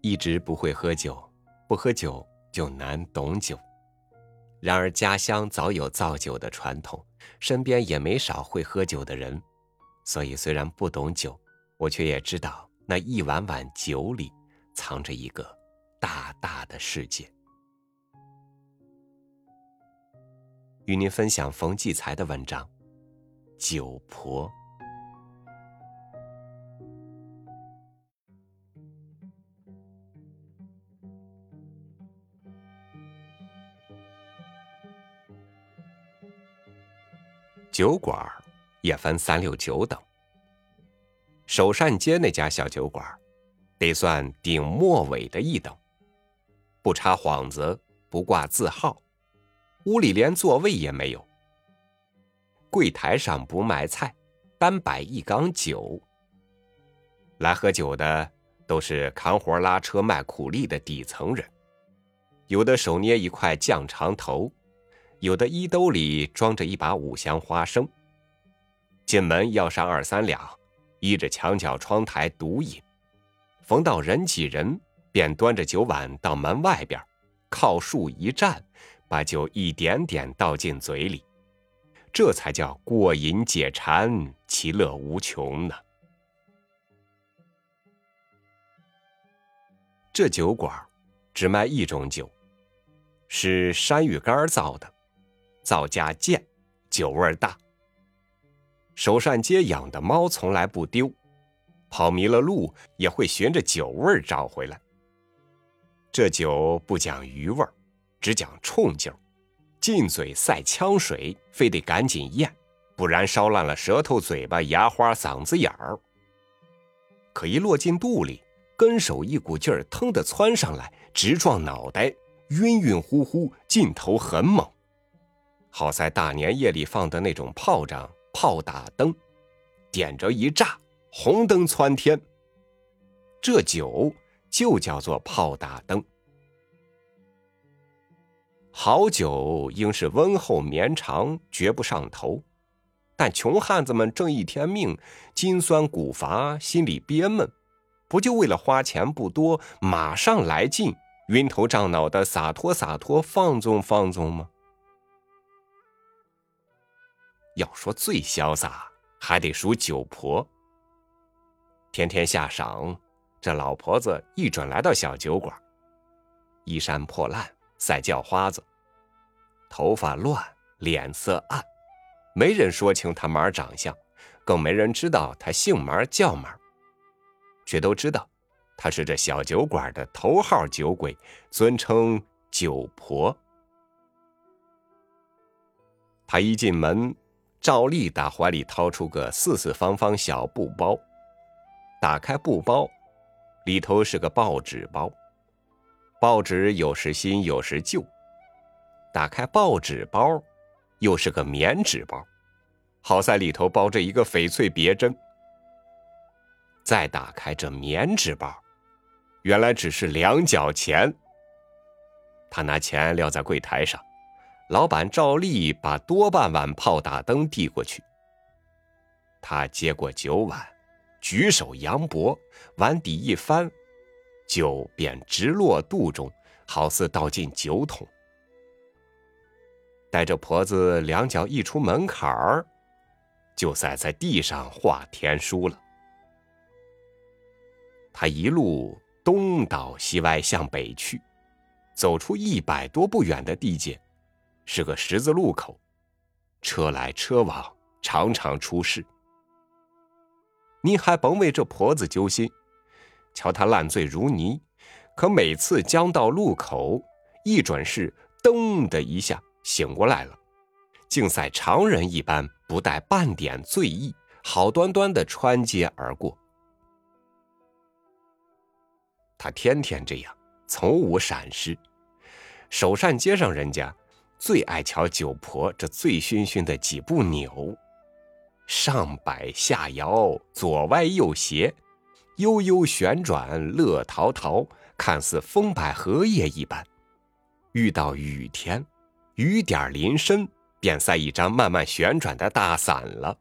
一直不会喝酒，不喝酒就难懂酒。然而家乡早有造酒的传统，身边也没少会喝酒的人，所以虽然不懂酒，我却也知道那一碗碗酒里藏着一个大大的世界。与您分享冯骥才的文章《酒婆》。酒馆也分369等，首善街那家小酒馆得算顶末尾的一等，不插幌子，不挂字号，屋里连座位也没有，柜台上不卖菜，单摆一缸酒。来喝酒的都是扛活拉车卖苦力的底层人，有的手捏一块酱肠头，有的衣兜里装着一把5香花生。进门要上2-3两，依着墙角窗台独饮，逢到人挤人，便端着酒碗到门外边，靠树一站，把酒一点点倒进嘴里，这才叫过瘾解馋，其乐无穷呢。这酒馆只卖一种酒，是山芋干造的，造价贱，酒味大。首善街养的猫从来不丢，跑迷了路也会循着酒味找回来。这酒不讲余味，只讲冲劲儿，进嘴赛呛水，非得赶紧咽，不然烧烂了舌头、嘴巴、牙花、嗓子眼儿。可一落进肚里，跟手一股劲儿腾地窜上来，直撞脑袋，晕晕乎乎，劲头很猛。好在大年夜里放的那种炮仗炮打灯，点着一炸，红灯窜天。这酒就叫做炮打灯。好酒应是温厚绵长，绝不上头，但穷汉子们挣一天命，筋酸骨乏，心里憋闷，不就为了花钱不多，马上来劲，晕头胀脑的洒脱洒脱，放纵放纵吗？要说最潇洒，还得数酒婆。天天下晌，这老婆子一准来到小酒馆，衣衫破烂，赛叫花子，头发乱，脸色暗，没人说清他妈长相，更没人知道他姓妈叫妈，却都知道他是这小酒馆的头号酒鬼，尊称酒婆。他一进门，照例打怀里掏出个四四方方小布包，打开布包，里头是个报纸包，报纸有时新有时旧。打开报纸包，又是个棉纸包，好在里头包着一个翡翠别针。再打开这棉纸包，原来只是2角钱。他拿钱撂在柜台上，老板照例把多半碗炮打灯递过去。他接过酒碗，举手扬脖，碗底一翻，酒便直落肚中，好似倒进酒桶。带着婆子2脚一出门槛儿，就栽在地上画天书了。他一路东倒西歪向北去，走出100多步远的地界，是个十字路口，车来车往，常常出事。您还甭为这婆子揪心，瞧她烂醉如泥，可每次将到路口，一准是噔的一下醒过来了，竟赛常人一般，不带半点醉意，好端端的穿街而过。他天天这样，从无闪失。首善街上人家最爱瞧酒婆这醉醺醺的几步扭，上摆下摇，左歪右斜，悠悠旋转，乐陶陶，看似风摆荷叶一般。遇到雨天，雨点临身，便塞一张慢慢旋转的大伞了。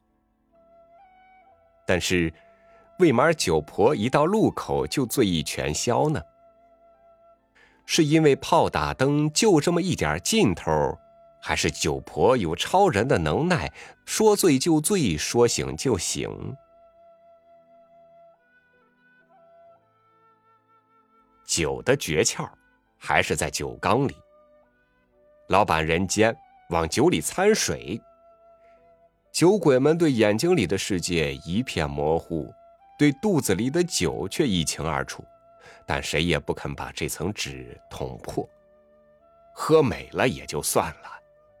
但是为嘛酒婆一到路口就醉意全消呢？ 是因为炮打灯就这么一点劲头，还是酒婆有超人的能耐，说醉就醉，说醒就醒？酒的诀窍还是在酒缸里。老板人间往酒里掺水，酒鬼们对眼睛里的世界一片模糊，对肚子里的酒却一清二楚，但谁也不肯把这层纸捅破。喝美了也就算了，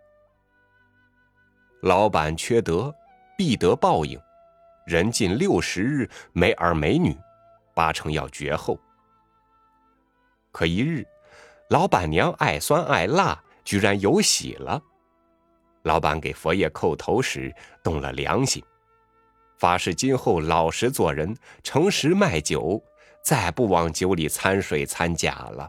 老板缺德，必得报应。人近60日没儿没女，8成要绝后。可一日，老板娘爱酸爱辣，居然有喜了。老板给佛爷叩头时动了良心，发誓今后老实做人，诚实卖酒，再不往酒里掺水掺假了。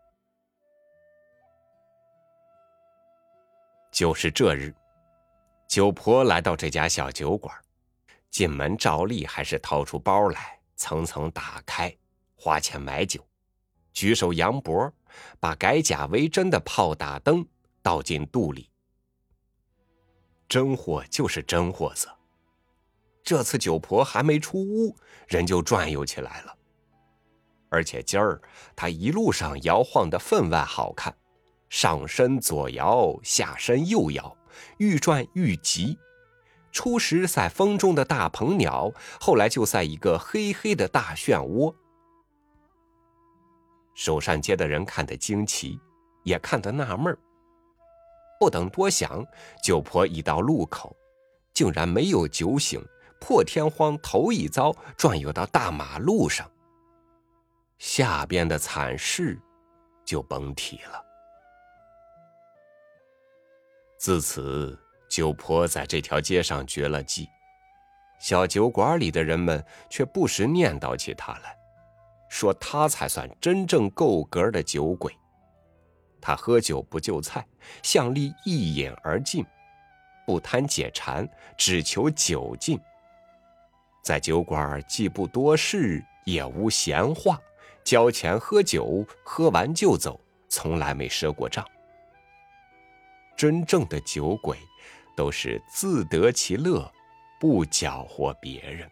就是这日，酒婆来到这家小酒馆，进门照例还是掏出包来，层层打开，花钱买酒，举手扬脖，把改假为真的炮打灯倒进肚里。真货就是真货色，这次酒婆还没出屋，人就转悠起来了。而且今儿她一路上摇晃得分外好看，上身左摇，下身右摇，愈转愈急。初时赛风中的大鹏鸟，后来就赛一个黑黑的大漩涡。首善街的人看得惊奇，也看得纳闷。不等多想，酒婆一到路口，竟然没有酒醒，破天荒头一遭转悠到大马路上。下边的惨事就甭提了。自此，酒婆在这条街上绝了迹，小酒馆里的人们却不时念叨起她来，说她才算真正够格的酒鬼。她喝酒不就菜，向力一饮而尽，不贪解馋，只求酒劲。在酒馆既不多事，也无闲话，交钱喝酒，喝完就走，从来没赊过账。真正的酒鬼都是自得其乐，不搅和别人。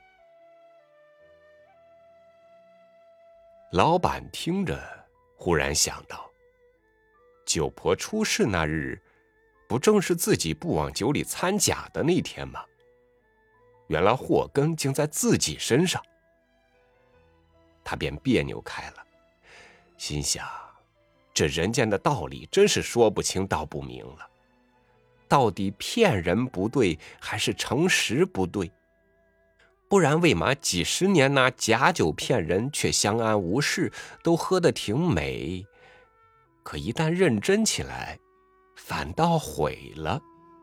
老板听着，忽然想到，酒婆出事那日，不正是自己不往酒里掺假的那天吗？原来祸根竟在自己身上。他便别扭开了，心想，这人间的道理真是说不清道不明了。到底骗人不对，还是诚实不对？不然为嘛几十年拿假酒骗人，却相安无事，都喝得挺美，可一旦认真起来，反倒毁了。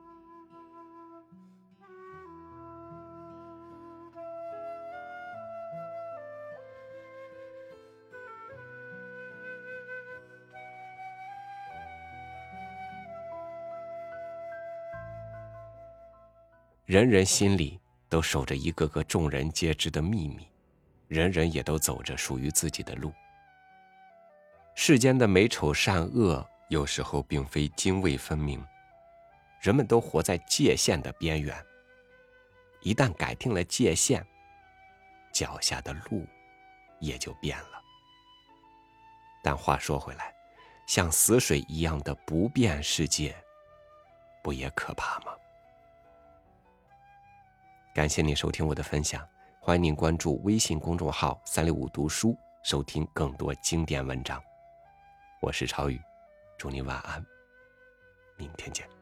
人人心里都守着一个个众人皆知的秘密，人人也都走着属于自己的路。世间的美丑善恶，有时候并非泾渭分明，人们都活在界限的边缘。一旦改定了界限，脚下的路也就变了。但话说回来，像死水一样的不变世界，不也可怕吗？感谢你收听我的分享，欢迎您关注微信公众号365读书，收听更多经典文章。我是超宇，祝你晚安，明天见。